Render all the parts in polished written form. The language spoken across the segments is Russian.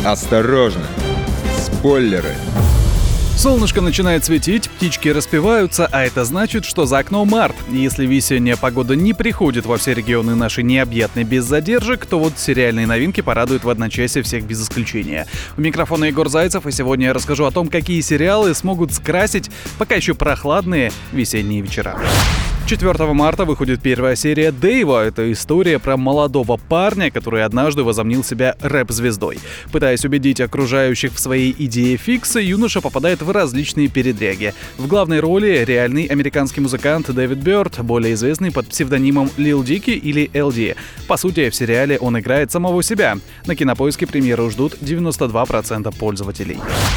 Осторожно! Спойлеры! Солнышко начинает светить, птички распеваются, а это значит, что за окном март. И если весенняя погода не приходит во все регионы нашей необъятной без задержек, то вот сериальные новинки порадуют в одночасье всех без исключения. У микрофона Егор Зайцев, и сегодня я расскажу о том, какие сериалы смогут скрасить пока еще прохладные весенние вечера. 4 марта выходит первая серия Дэйва. Это история про молодого парня, который однажды возомнил себя рэп-звездой. Пытаясь убедить окружающих в своей идее фикса, юноша попадает в различные передряги. В главной роли реальный американский музыкант Дэвид Бёрд, более известный под псевдонимом Lil Dicky или LD. По сути, в сериале он играет самого себя. На Кинопоиске премьеру ждут 92% пользователей.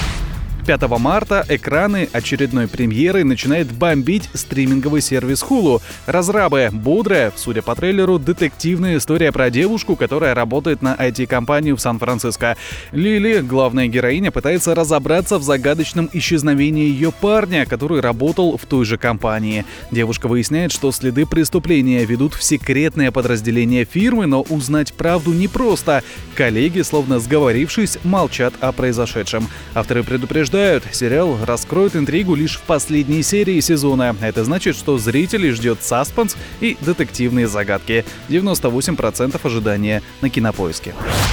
5 марта экраны очередной премьеры начинает бомбить стриминговый сервис Hulu. Разрабы. Бодрая, судя по трейлеру, детективная история про девушку, которая работает на IT-компанию в Сан-Франциско. Лили, главная героиня, пытается разобраться в загадочном исчезновении ее парня, который работал в той же компании. Девушка выясняет, что следы преступления ведут в секретное подразделение фирмы, но узнать правду непросто. Коллеги, словно сговорившись, молчат о произошедшем. Авторы предупреждают, сериал раскроет интригу лишь в последней серии сезона. Это значит, что зрителей ждет саспенс и детективные загадки. 98% ожидания на Кинопоиске.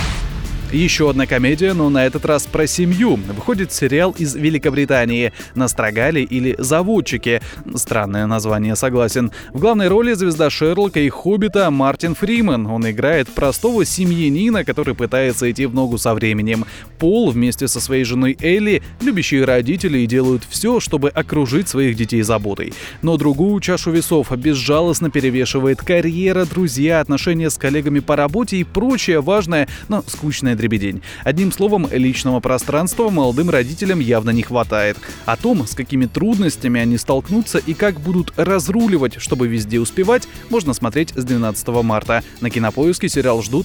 Еще одна комедия, но на этот раз про семью. Выходит сериал из Великобритании «Настрогали» или «Заводчики». Странное название, согласен. В главной роли звезда Шерлока и Хоббита Мартин Фриман. Он играет простого семьянина, который пытается идти в ногу со временем. Пол вместе со своей женой Элли, любящие родители, делают все, чтобы окружить своих детей заботой. Но другую чашу весов безжалостно перевешивает карьера, друзья, отношения с коллегами по работе и прочее важное, но скучное дребедень. Одним словом, личного пространства молодым родителям явно не хватает. О том, с какими трудностями они столкнутся и как будут разруливать, чтобы везде успевать, можно смотреть с 12 марта. На Кинопоиске сериал ждут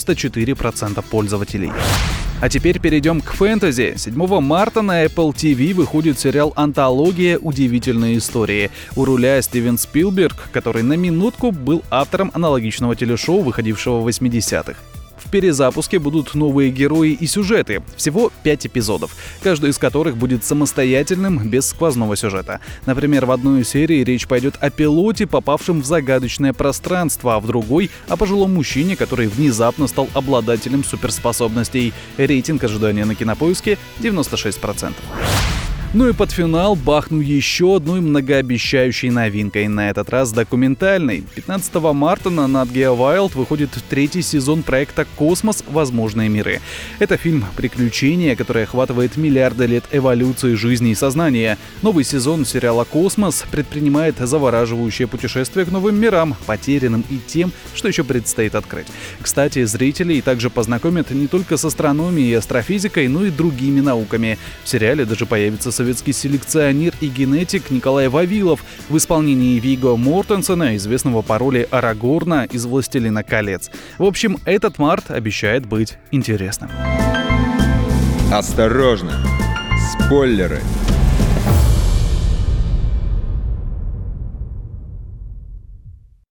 94% пользователей. А теперь перейдем к фэнтези. 7 марта на Apple TV выходит сериал «Антология. Удивительные истории». У руля Стивен Спилберг, который на минутку был автором аналогичного телешоу, выходившего в 80-х. В перезапуске будут новые герои и сюжеты. Всего 5 эпизодов, каждый из которых будет самостоятельным, без сквозного сюжета. Например, в одной серии речь пойдет о пилоте, попавшем в загадочное пространство, а в другой — о пожилом мужчине, который внезапно стал обладателем суперспособностей. Рейтинг ожидания на Кинопоиске — 96%. Ну и под финал бахну еще одной многообещающей новинкой, на этот раз документальной. 15 марта на Nat Geo Wild выходит 3-й сезон проекта «Космос. Возможные миры». Это фильм приключения, который охватывает миллиарды лет эволюции жизни и сознания. Новый сезон сериала «Космос» предпринимает завораживающее путешествие к новым мирам, потерянным и тем, что еще предстоит открыть. Кстати, зрителей также познакомят не только с астрономией и астрофизикой, но и другими науками. В сериале даже появится советский селекционер и генетик Николай Вавилов в исполнении Вигго Мортенсена, известного по роли Арагорна из «Властелина колец». В общем, этот март обещает быть интересным. Осторожно! Спойлеры!